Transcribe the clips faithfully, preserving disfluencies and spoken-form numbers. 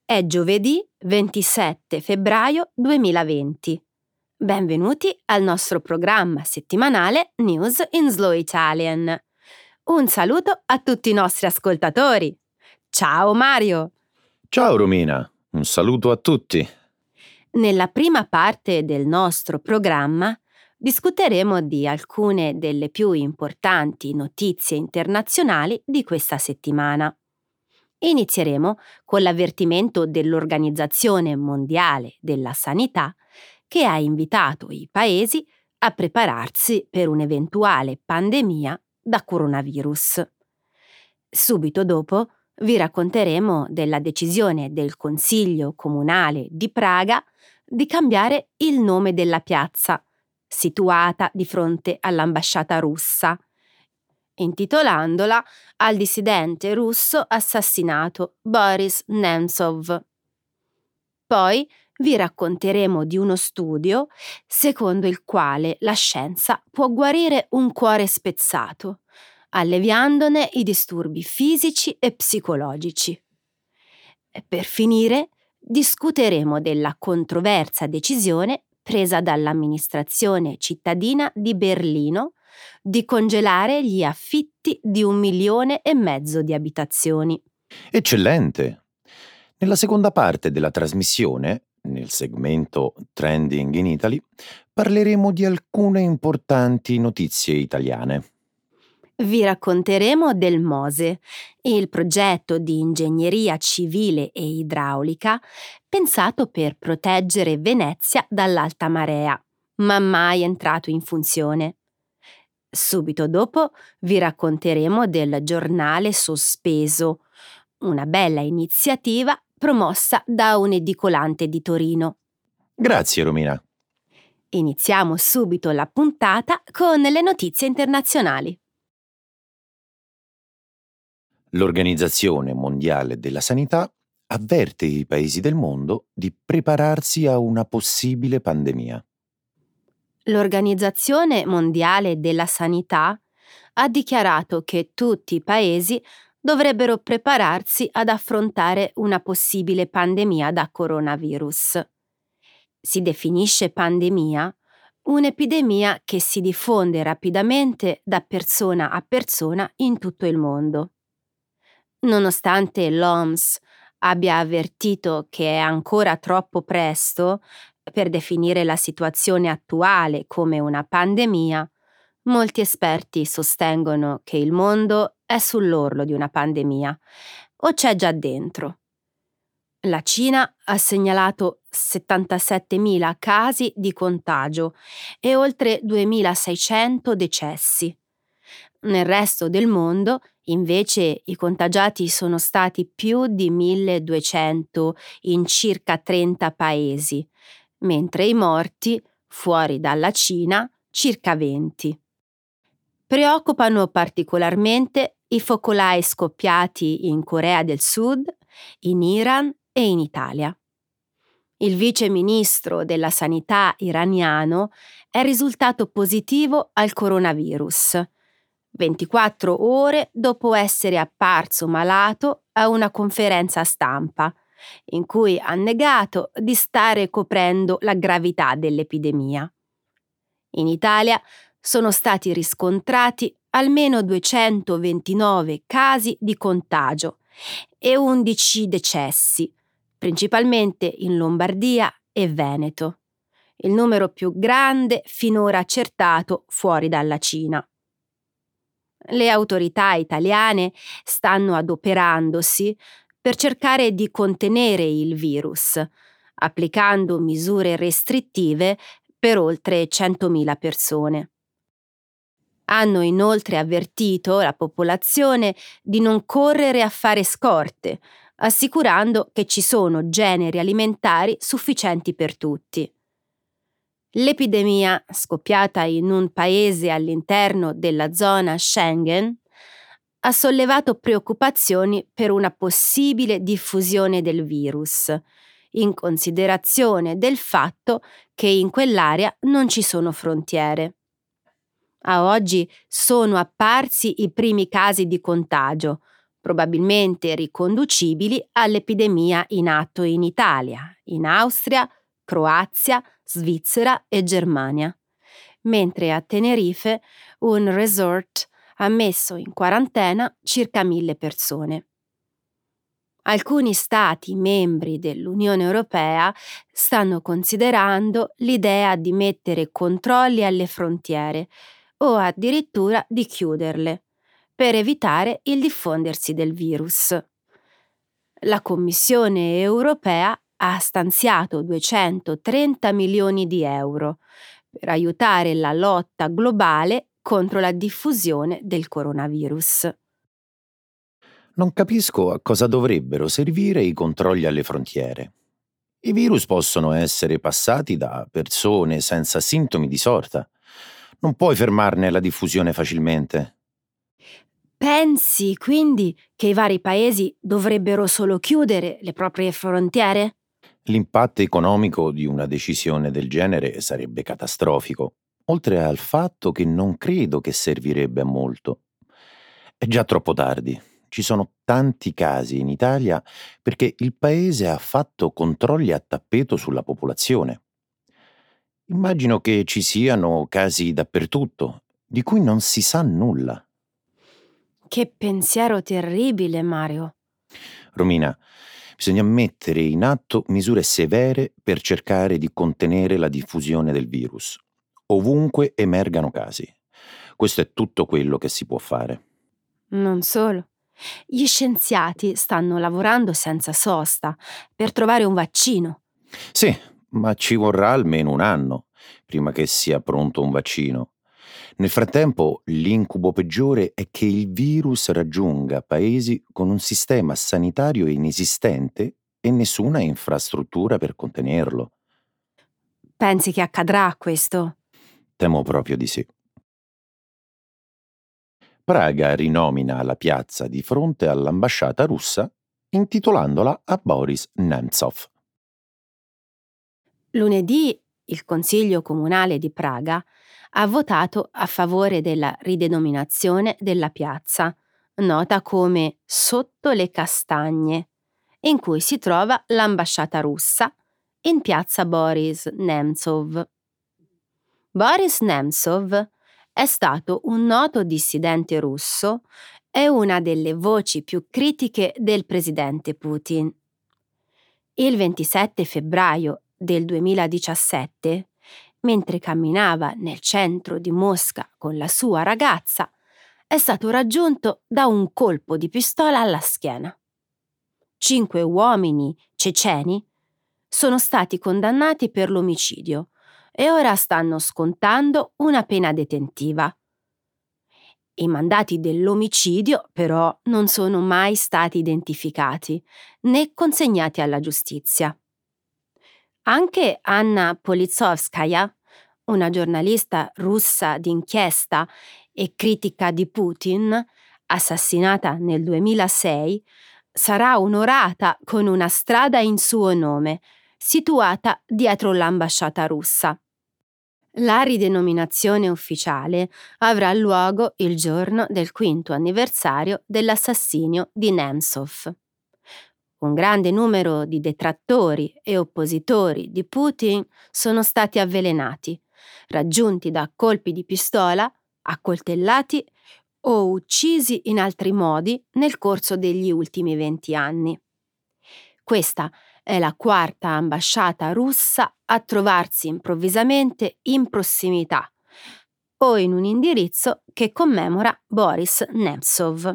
È giovedì ventisette febbraio duemilaventi. Benvenuti al nostro programma settimanale News in Slow Italian. Un saluto a tutti i nostri ascoltatori. Ciao Mario! Ciao Romina, un saluto a tutti. Nella prima parte del nostro programma discuteremo di alcune delle più importanti notizie internazionali di questa settimana. Inizieremo con l'avvertimento dell'Organizzazione Mondiale della Sanità che ha invitato i paesi a prepararsi per un'eventuale pandemia da coronavirus. Subito dopo vi racconteremo della decisione del Consiglio Comunale di Praga di cambiare il nome della piazza, situata di fronte all'ambasciata russa, intitolandola al dissidente russo assassinato Boris Nemtsov. Poi vi racconteremo di uno studio secondo il quale la scienza può guarire un cuore spezzato, alleviandone i disturbi fisici e psicologici. E per finire, discuteremo della controversa decisione presa dall'amministrazione cittadina di Berlino di congelare gli affitti di un milione e mezzo di abitazioni. Eccellente! Nella seconda parte della trasmissione, nel segmento Trending in Italy, parleremo di alcune importanti notizie italiane. Vi racconteremo del MOSE, il progetto di ingegneria civile e idraulica pensato per proteggere Venezia dall'alta marea, ma mai entrato in funzione. Subito dopo vi racconteremo del giornale sospeso, una bella iniziativa promossa da un edicolante di Torino. Grazie Romina. Iniziamo subito la puntata con le notizie internazionali. L'Organizzazione Mondiale della Sanità avverte i paesi del mondo di prepararsi a una possibile pandemia. L'Organizzazione Mondiale della Sanità ha dichiarato che tutti i paesi dovrebbero prepararsi ad affrontare una possibile pandemia da coronavirus. Si definisce pandemia un'epidemia che si diffonde rapidamente da persona a persona in tutto il mondo. Nonostante l'O M S abbia avvertito che è ancora troppo presto per definire la situazione attuale come una pandemia, molti esperti sostengono che il mondo è sull'orlo di una pandemia o c'è già dentro. La Cina ha segnalato settantasettemila casi di contagio e oltre duemilaseicento decessi. Nel resto del mondo, invece, i contagiati sono stati più di milleduecento in circa trenta paesi, mentre i morti, fuori dalla Cina, circa venti. Preoccupano particolarmente i focolai scoppiati in Corea del Sud, in Iran e in Italia. Il vice ministro della sanità iraniano è risultato positivo al coronavirus, ventiquattro ore dopo essere apparso malato a una conferenza stampa, in cui ha negato di stare coprendo la gravità dell'epidemia. In Italia sono stati riscontrati almeno duecentoventinove casi di contagio e undici decessi, principalmente in Lombardia e Veneto, il numero più grande finora accertato fuori dalla Cina. Le autorità italiane stanno adoperandosi per cercare di contenere il virus, applicando misure restrittive per oltre centomila persone. Hanno inoltre avvertito la popolazione di non correre a fare scorte, assicurando che ci sono generi alimentari sufficienti per tutti. L'epidemia, scoppiata in un paese all'interno della zona Schengen, ha sollevato preoccupazioni per una possibile diffusione del virus, in considerazione del fatto che in quell'area non ci sono frontiere. A oggi sono apparsi i primi casi di contagio, probabilmente riconducibili all'epidemia in atto in Italia, in Austria, Croazia, Svizzera e Germania, mentre a Tenerife un resort ha messo in quarantena circa mille persone. Alcuni stati membri dell'Unione Europea stanno considerando l'idea di mettere controlli alle frontiere o addirittura di chiuderle per evitare il diffondersi del virus. La Commissione europea ha stanziato duecentotrenta milioni di euro per aiutare la lotta globale contro la diffusione del coronavirus. Non capisco a cosa dovrebbero servire i controlli alle frontiere. I virus possono essere passati da persone senza sintomi di sorta. Non puoi fermarne la diffusione facilmente. Pensi quindi che i vari paesi dovrebbero solo chiudere le proprie frontiere? L'impatto economico di una decisione del genere sarebbe catastrofico, oltre al fatto che non credo che servirebbe a molto. È già troppo tardi. Ci sono tanti casi in Italia perché il paese ha fatto controlli a tappeto sulla popolazione. Immagino che ci siano casi dappertutto, di cui non si sa nulla. Che pensiero terribile, Mario. Romina, bisogna mettere in atto misure severe per cercare di contenere la diffusione del virus, ovunque emergano casi. Questo è tutto quello che si può fare. Non solo. Gli scienziati stanno lavorando senza sosta per trovare un vaccino. Sì, ma ci vorrà almeno un anno prima che sia pronto un vaccino. Nel frattempo, l'incubo peggiore è che il virus raggiunga paesi con un sistema sanitario inesistente e nessuna infrastruttura per contenerlo. Pensi che accadrà questo? Temo proprio di sì. Praga rinomina la piazza di fronte all'ambasciata russa intitolandola a Boris Nemtsov. Lunedì il Consiglio Comunale di Praga ha votato a favore della ridenominazione della piazza, nota come Sotto le Castagne, in cui si trova l'ambasciata russa, in piazza Boris Nemtsov. Boris Nemtsov è stato un noto dissidente russo e una delle voci più critiche del presidente Putin. Il ventisette febbraio del duemiladiciassette, mentre camminava nel centro di Mosca con la sua ragazza, è stato raggiunto da un colpo di pistola alla schiena. Cinque uomini ceceni sono stati condannati per l'omicidio e ora stanno scontando una pena detentiva. I mandati dell'omicidio, però, non sono mai stati identificati né consegnati alla giustizia. Anche Anna Politkovskaja, una giornalista russa d'inchiesta e critica di Putin, assassinata nel duemilasei, sarà onorata con una strada in suo nome, situata dietro l'ambasciata russa. La ridenominazione ufficiale avrà luogo il giorno del quinto anniversario dell'assassinio di Nemtsov. Un grande numero di detrattori e oppositori di Putin sono stati avvelenati, raggiunti da colpi di pistola, accoltellati o uccisi in altri modi nel corso degli ultimi venti anni. Questa è la quarta ambasciata russa a trovarsi improvvisamente in prossimità o in un indirizzo che commemora Boris Nemtsov.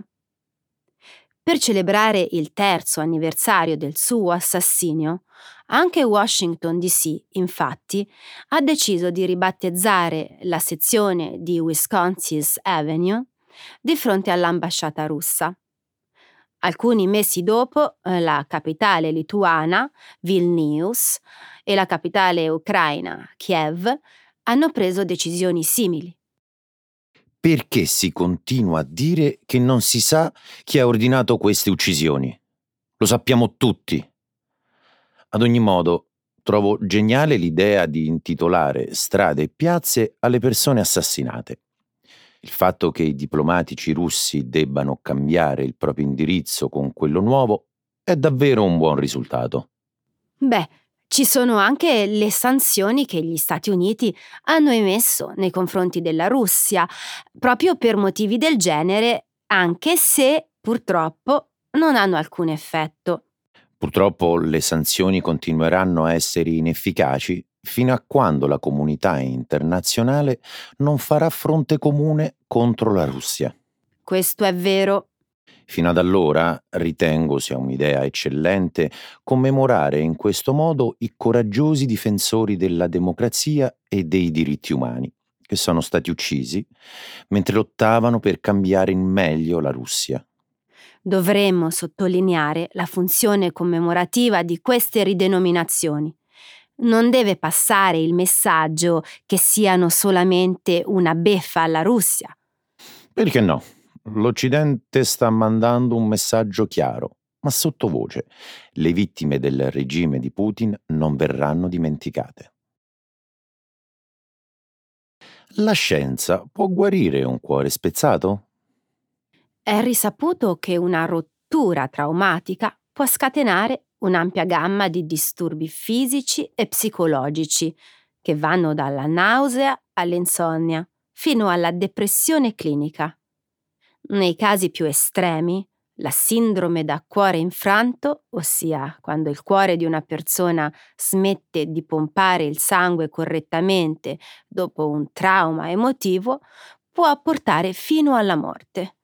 Per celebrare il terzo anniversario del suo assassinio, anche Washington D C, infatti, ha deciso di ribattezzare la sezione di Wisconsin's Avenue di fronte all'ambasciata russa. Alcuni mesi dopo, la capitale lituana, Vilnius, e la capitale ucraina, Kiev, hanno preso decisioni simili. Perché si continua a dire che non si sa chi ha ordinato queste uccisioni? Lo sappiamo tutti. Ad ogni modo, trovo geniale l'idea di intitolare strade e piazze alle persone assassinate. Il fatto che i diplomatici russi debbano cambiare il proprio indirizzo con quello nuovo è davvero un buon risultato. Beh, ci sono anche le sanzioni che gli Stati Uniti hanno emesso nei confronti della Russia, proprio per motivi del genere, anche se purtroppo non hanno alcun effetto. Purtroppo le sanzioni continueranno a essere inefficaci fino a quando la comunità internazionale non farà fronte comune contro la Russia. Questo è vero. Fino ad allora ritengo sia un'idea eccellente commemorare in questo modo i coraggiosi difensori della democrazia e dei diritti umani, che sono stati uccisi mentre lottavano per cambiare in meglio la Russia. Dovremmo sottolineare la funzione commemorativa di queste ridenominazioni. Non deve passare il messaggio che siano solamente una beffa alla Russia. Perché no? L'Occidente sta mandando un messaggio chiaro, ma sottovoce. Le vittime del regime di Putin non verranno dimenticate. La scienza può guarire un cuore spezzato? È risaputo che una rottura traumatica può scatenare un'ampia gamma di disturbi fisici e psicologici, che vanno dalla nausea all'insonnia, fino alla depressione clinica. Nei casi più estremi, la sindrome da cuore infranto, ossia quando il cuore di una persona smette di pompare il sangue correttamente dopo un trauma emotivo, può portare fino alla morte.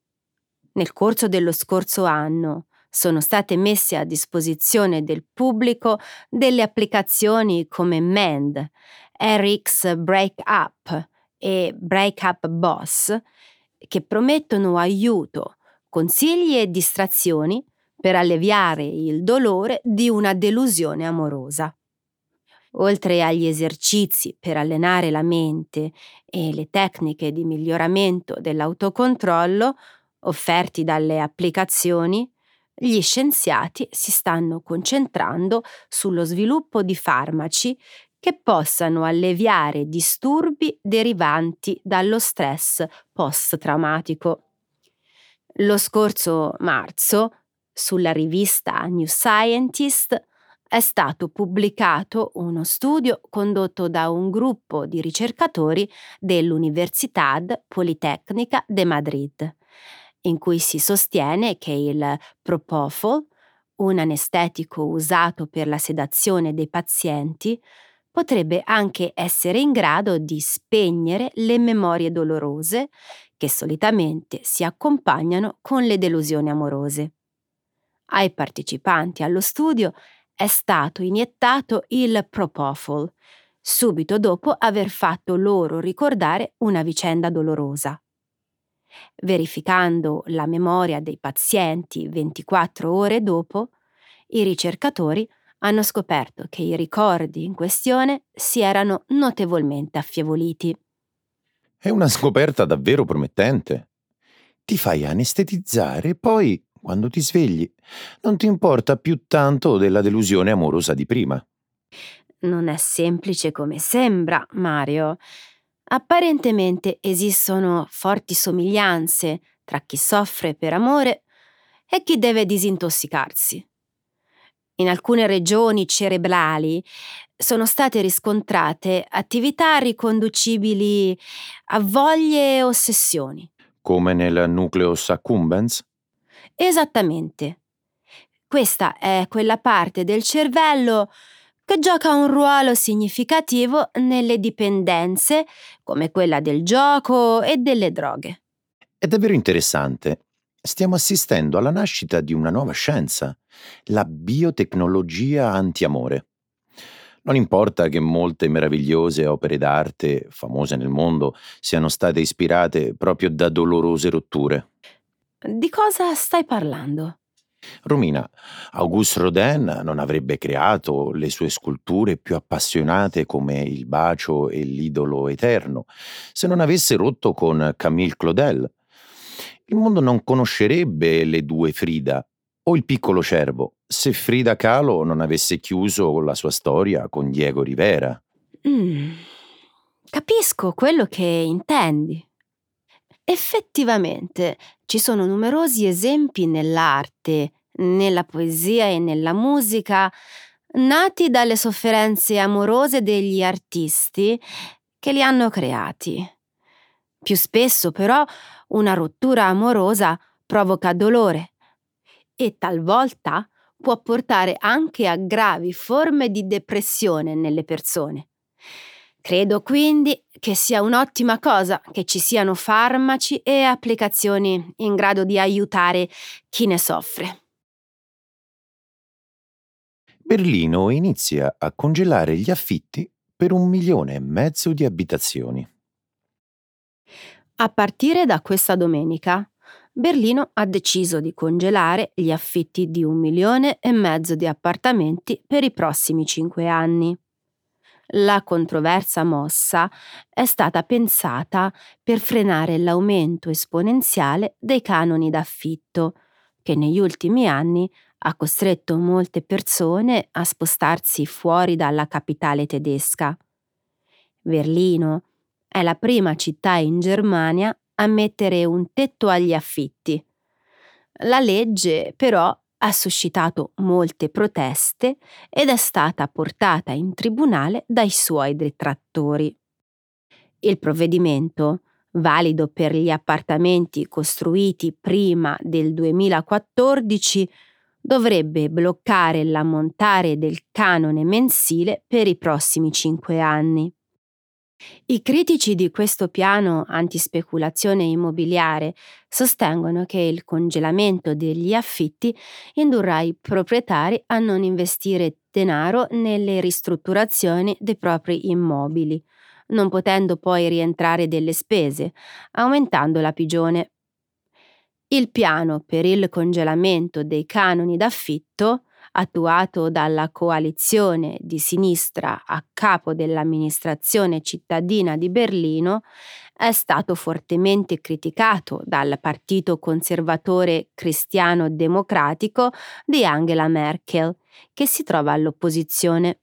Nel corso dello scorso anno sono state messe a disposizione del pubblico delle applicazioni come Mend, R X Breakup e Breakup Boss, che promettono aiuto, consigli e distrazioni per alleviare il dolore di una delusione amorosa. Oltre agli esercizi per allenare la mente e le tecniche di miglioramento dell'autocontrollo offerti dalle applicazioni, gli scienziati si stanno concentrando sullo sviluppo di farmaci che possano alleviare disturbi derivanti dallo stress post-traumatico. Lo scorso marzo, sulla rivista New Scientist, è stato pubblicato uno studio condotto da un gruppo di ricercatori dell'Universidad Politécnica de Madrid, in cui si sostiene che il Propofol, un anestetico usato per la sedazione dei pazienti, potrebbe anche essere in grado di spegnere le memorie dolorose che solitamente si accompagnano con le delusioni amorose. Ai partecipanti allo studio è stato iniettato il Propofol, subito dopo aver fatto loro ricordare una vicenda dolorosa. Verificando la memoria dei pazienti ventiquattro ore dopo, i ricercatori hanno scoperto che i ricordi in questione si erano notevolmente affievoliti. È una scoperta davvero promettente. Ti fai anestetizzare e poi, quando ti svegli, non ti importa più tanto della delusione amorosa di prima. Non è semplice come sembra, Mario. Apparentemente esistono forti somiglianze tra chi soffre per amore e chi deve disintossicarsi. In alcune regioni cerebrali sono state riscontrate attività riconducibili a voglie e ossessioni. Come nel nucleus accumbens? Esattamente. Questa è quella parte del cervello che gioca un ruolo significativo nelle dipendenze, come quella del gioco e delle droghe. È davvero interessante. Stiamo assistendo alla nascita di una nuova scienza, la biotecnologia antiamore. Non importa che molte meravigliose opere d'arte, famose nel mondo, siano state ispirate proprio da dolorose rotture. Di cosa stai parlando? Romina, Auguste Rodin non avrebbe creato le sue sculture più appassionate come Il bacio e l'idolo eterno se non avesse rotto con Camille Claudel. Il mondo non conoscerebbe le due Frida o il piccolo cervo se Frida Kahlo non avesse chiuso la sua storia con Diego Rivera. Mm, capisco quello che intendi. Effettivamente, ci sono numerosi esempi nell'arte, nella poesia e nella musica, nati dalle sofferenze amorose degli artisti che li hanno creati. Più spesso, però, una rottura amorosa provoca dolore e talvolta può portare anche a gravi forme di depressione nelle persone. Credo quindi che sia un'ottima cosa che ci siano farmaci e applicazioni in grado di aiutare chi ne soffre. Berlino inizia a congelare gli affitti per un milione e mezzo di abitazioni. A partire da questa domenica, Berlino ha deciso di congelare gli affitti di un milione e mezzo di appartamenti per i prossimi cinque anni. La controversa mossa è stata pensata per frenare l'aumento esponenziale dei canoni d'affitto, che negli ultimi anni ha costretto molte persone a spostarsi fuori dalla capitale tedesca. Berlino è la prima città in Germania a mettere un tetto agli affitti. La legge, però, ha suscitato molte proteste ed è stata portata in tribunale dai suoi detrattori. Il provvedimento, valido per gli appartamenti costruiti prima del duemilaquattordici, dovrebbe bloccare l'ammontare del canone mensile per i prossimi cinque anni. I critici di questo piano antispeculazione immobiliare sostengono che il congelamento degli affitti indurrà i proprietari a non investire denaro nelle ristrutturazioni dei propri immobili, non potendo poi rientrare delle spese, aumentando la pigione. Il piano per il congelamento dei canoni d'affitto, attuato dalla coalizione di sinistra a capo dell'amministrazione cittadina di Berlino, è stato fortemente criticato dal partito conservatore cristiano-democratico di Angela Merkel, che si trova all'opposizione.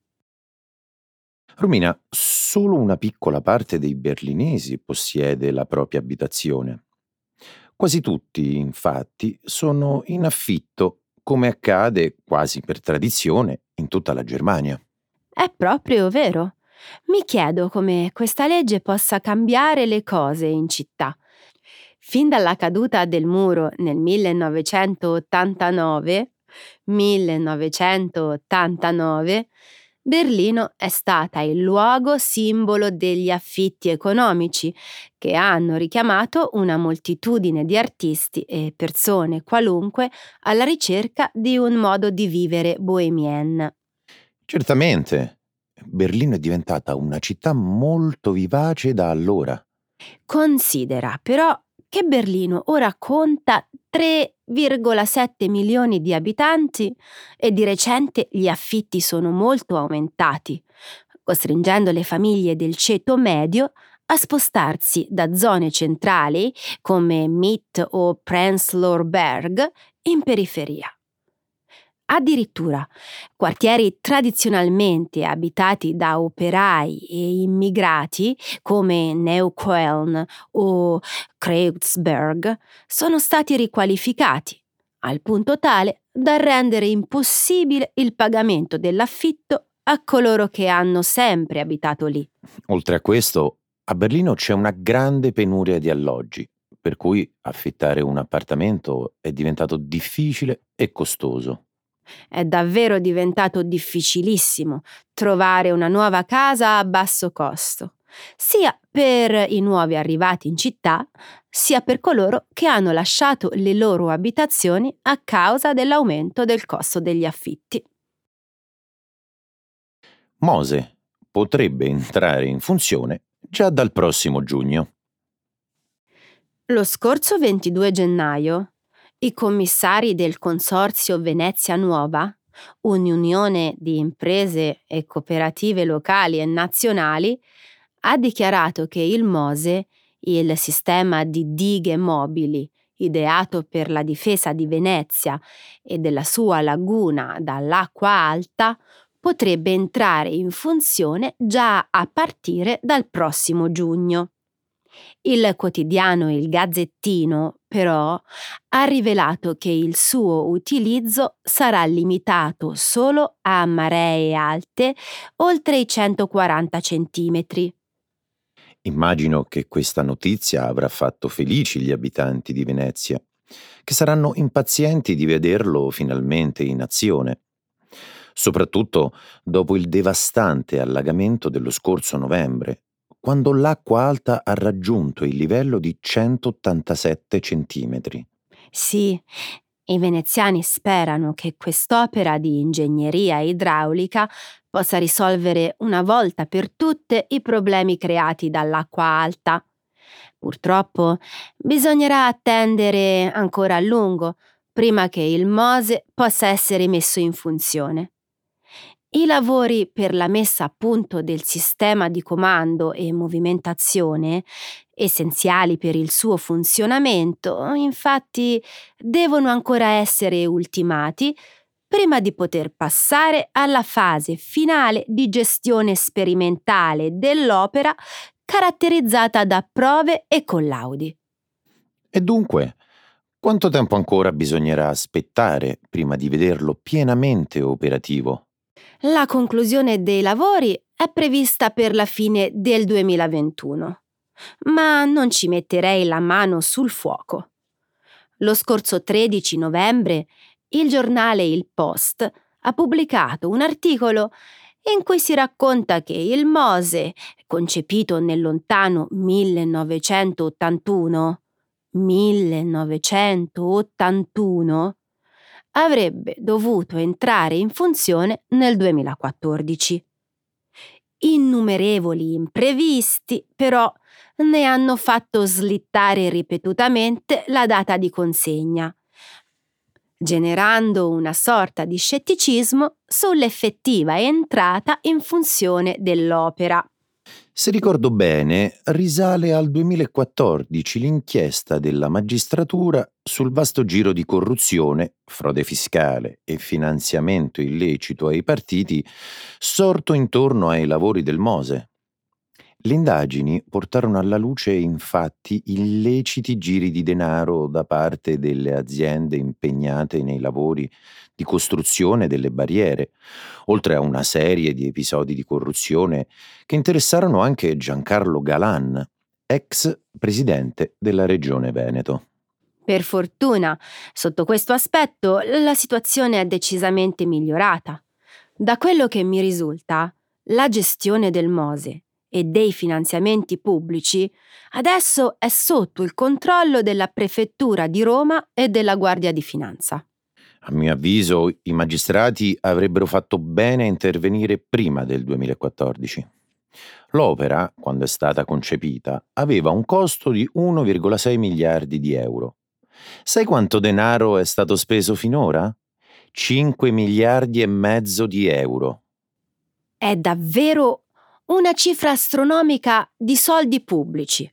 Romina, solo una piccola parte dei berlinesi possiede la propria abitazione. Quasi tutti, infatti, sono in affitto, come accade quasi per tradizione in tutta la Germania. È proprio vero. Mi chiedo come questa legge possa cambiare le cose in città. Fin dalla caduta del muro nel millenovecentottantanove, millenovecentottantanove, Berlino è stata il luogo simbolo degli affitti economici che hanno richiamato una moltitudine di artisti e persone qualunque alla ricerca di un modo di vivere bohemien. Certamente, Berlino è diventata una città molto vivace da allora. Considera però che Berlino ora conta tre virgola sette milioni di abitanti e di recente gli affitti sono molto aumentati, costringendo le famiglie del ceto medio a spostarsi da zone centrali come Mitte o Prenzlauer Berg in periferia. Addirittura, quartieri tradizionalmente abitati da operai e immigrati come Neukölln o Kreuzberg sono stati riqualificati, al punto tale da rendere impossibile il pagamento dell'affitto a coloro che hanno sempre abitato lì. Oltre a questo, a Berlino c'è una grande penuria di alloggi, per cui affittare un appartamento è diventato difficile e costoso. È davvero diventato difficilissimo trovare una nuova casa a basso costo, sia per i nuovi arrivati in città, sia per coloro che hanno lasciato le loro abitazioni a causa dell'aumento del costo degli affitti. Mose potrebbe entrare in funzione già dal prossimo giugno. Lo scorso ventidue gennaio, i commissari del Consorzio Venezia Nuova, un'unione di imprese e cooperative locali e nazionali, ha dichiarato che il Mose, il sistema di dighe mobili ideato per la difesa di Venezia e della sua laguna dall'acqua alta, potrebbe entrare in funzione già a partire dal prossimo giugno. Il quotidiano Il Gazzettino, però, ha rivelato che il suo utilizzo sarà limitato solo a maree alte oltre i centoquaranta centimetri. Immagino che questa notizia avrà fatto felici gli abitanti di Venezia, che saranno impazienti di vederlo finalmente in azione, soprattutto dopo il devastante allagamento dello scorso novembre, quando l'acqua alta ha raggiunto il livello di centottantasette centimetri. Sì, i veneziani sperano che quest'opera di ingegneria idraulica possa risolvere una volta per tutte i problemi creati dall'acqua alta. Purtroppo bisognerà attendere ancora a lungo prima che il Mose possa essere messo in funzione. I lavori per la messa a punto del sistema di comando e movimentazione, essenziali per il suo funzionamento, infatti devono ancora essere ultimati prima di poter passare alla fase finale di gestione sperimentale dell'opera, caratterizzata da prove e collaudi. E dunque, quanto tempo ancora bisognerà aspettare prima di vederlo pienamente operativo? La conclusione dei lavori è prevista per la fine del duemilaventuno, ma non ci metterei la mano sul fuoco. Lo scorso tredici novembre il giornale Il Post ha pubblicato un articolo in cui si racconta che il Mose, concepito nel lontano millenovecentottantuno, millenovecentottantuno, avrebbe dovuto entrare in funzione nel duemilaquattordici. Innumerevoli imprevisti, però, ne hanno fatto slittare ripetutamente la data di consegna, generando una sorta di scetticismo sull'effettiva entrata in funzione dell'opera. Se ricordo bene, risale al duemilaquattordici l'inchiesta della magistratura sul vasto giro di corruzione, frode fiscale e finanziamento illecito ai partiti sorto intorno ai lavori del Mose. Le indagini portarono alla luce infatti illeciti giri di denaro da parte delle aziende impegnate nei lavori di costruzione delle barriere, oltre a una serie di episodi di corruzione che interessarono anche Giancarlo Galan, ex presidente della Regione Veneto. Per fortuna, sotto questo aspetto, la situazione è decisamente migliorata. Da quello che mi risulta, la gestione del Mose e dei finanziamenti pubblici adesso è sotto il controllo della Prefettura di Roma e della Guardia di Finanza. A mio avviso, i magistrati avrebbero fatto bene a intervenire prima del duemilaquattordici. L'opera, quando è stata concepita, aveva un costo di uno virgola sei miliardi di euro. Sai quanto denaro è stato speso finora? cinque miliardi e mezzo di euro. È davvero una cifra astronomica di soldi pubblici.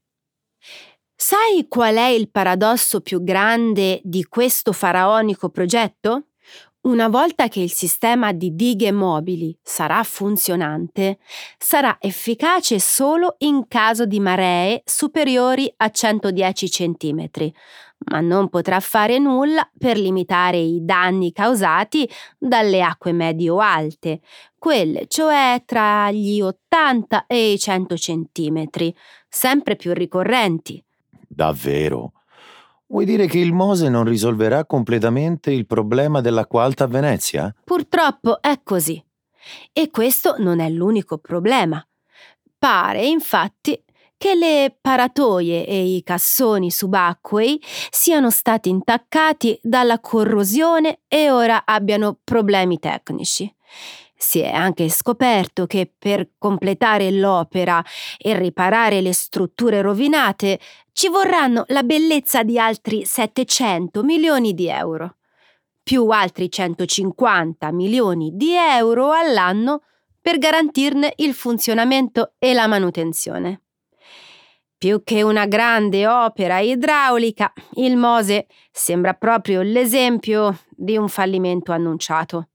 Sai qual è il paradosso più grande di questo faraonico progetto? Una volta che il sistema di dighe mobili sarà funzionante, sarà efficace solo in caso di maree superiori a centodieci centimetri, ma non potrà fare nulla per limitare i danni causati dalle acque medio-alte, quelle cioè tra gli ottanta e i cento centimetri, sempre più ricorrenti. Davvero? Vuoi dire che il Mose non risolverà completamente il problema dell'acqua alta a Venezia? Purtroppo è così. E questo non è l'unico problema. Pare, infatti, che le paratoie e i cassoni subacquei siano stati intaccati dalla corrosione e ora abbiano problemi tecnici. Si è anche scoperto che per completare l'opera e riparare le strutture rovinate ci vorranno la bellezza di altri settecento milioni di euro, più altri centocinquanta milioni di euro all'anno per garantirne il funzionamento e la manutenzione. Più che una grande opera idraulica, il Mose sembra proprio l'esempio di un fallimento annunciato.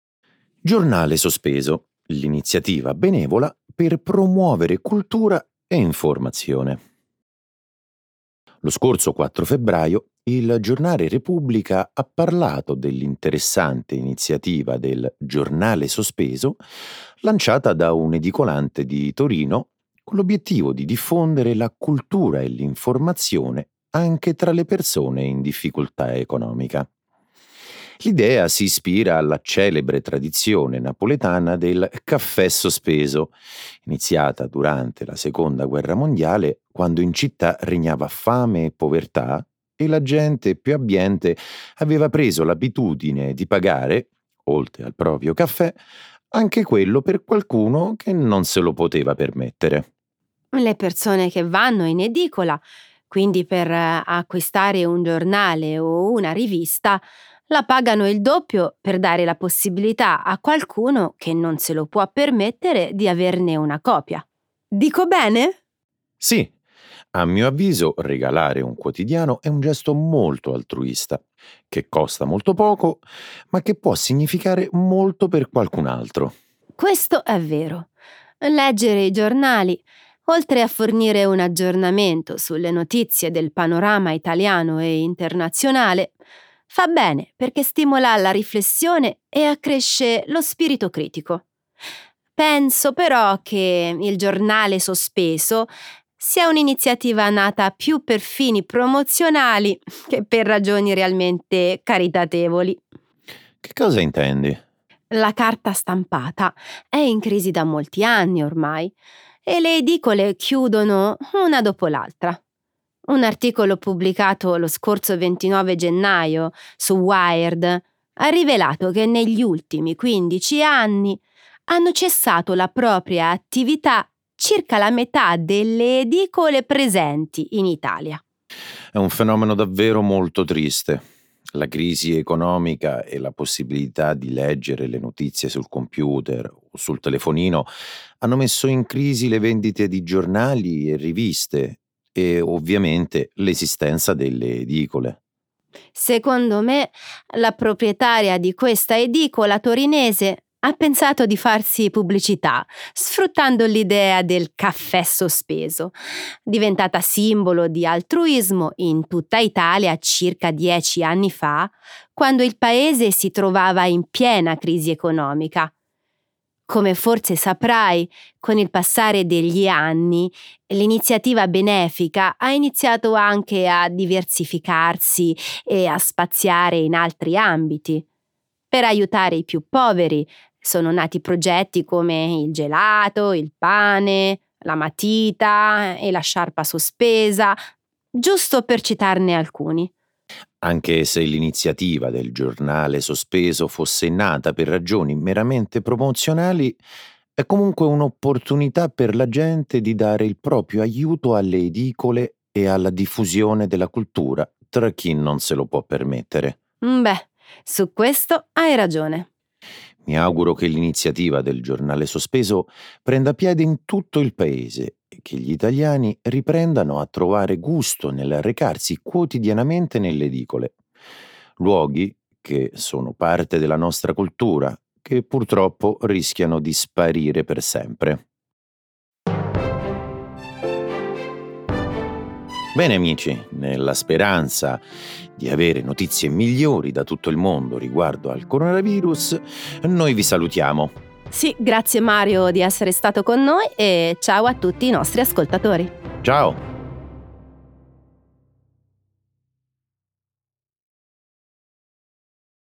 Giornale sospeso, l'iniziativa benevola per promuovere cultura e informazione. Lo scorso quattro febbraio il giornale Repubblica ha parlato dell'interessante iniziativa del Giornale Sospeso lanciata da un edicolante di Torino con l'obiettivo di diffondere la cultura e l'informazione anche tra le persone in difficoltà economica. L'idea si ispira alla celebre tradizione napoletana del caffè sospeso, iniziata durante la Seconda Guerra Mondiale, quando in città regnava fame e povertà e la gente più abbiente aveva preso l'abitudine di pagare, oltre al proprio caffè, anche quello per qualcuno che non se lo poteva permettere. Le persone che vanno in edicola, quindi per eh, acquistare un giornale o una rivista, la pagano il doppio per dare la possibilità a qualcuno che non se lo può permettere di averne una copia. Dico bene? Sì, a mio avviso regalare un quotidiano è un gesto molto altruista, che costa molto poco, ma che può significare molto per qualcun altro. Questo è vero. Leggere i giornali, oltre a fornire un aggiornamento sulle notizie del panorama italiano e internazionale, fa bene perché stimola la riflessione e accresce lo spirito critico. Penso però che il giornale sospeso sia un'iniziativa nata più per fini promozionali che per ragioni realmente caritatevoli. Che cosa intendi? La carta stampata è in crisi da molti anni ormai e le edicole chiudono una dopo l'altra. Un articolo pubblicato lo scorso ventinove gennaio su Wired ha rivelato che negli ultimi quindici anni hanno cessato la propria attività circa la metà delle edicole presenti in Italia. È un fenomeno davvero molto triste. La crisi economica e la possibilità di leggere le notizie sul computer o sul telefonino hanno messo in crisi le vendite di giornali e riviste e ovviamente l'esistenza delle edicole. Secondo me, la proprietaria di questa edicola torinese ha pensato di farsi pubblicità, sfruttando l'idea del caffè sospeso, diventata simbolo di altruismo in tutta Italia circa dieci anni fa, quando il paese si trovava in piena crisi economica. Come forse saprai, con il passare degli anni, l'iniziativa benefica ha iniziato anche a diversificarsi e a spaziare in altri ambiti. Per aiutare i più poveri sono nati progetti come il gelato, il pane, la matita e la sciarpa sospesa, giusto per citarne alcuni. Anche se l'iniziativa del giornale sospeso fosse nata per ragioni meramente promozionali, è comunque un'opportunità per la gente di dare il proprio aiuto alle edicole e alla diffusione della cultura tra chi non se lo può permettere. Beh, su questo hai ragione. Mi auguro che l'iniziativa del giornale sospeso prenda piede in tutto il paese e che gli italiani riprendano a trovare gusto nel recarsi quotidianamente nelle edicole, luoghi che sono parte della nostra cultura, che purtroppo rischiano di sparire per sempre. Bene amici, nella speranza di avere notizie migliori da tutto il mondo riguardo al coronavirus, noi vi salutiamo. Sì, grazie Mario di essere stato con noi e ciao a tutti i nostri ascoltatori. Ciao!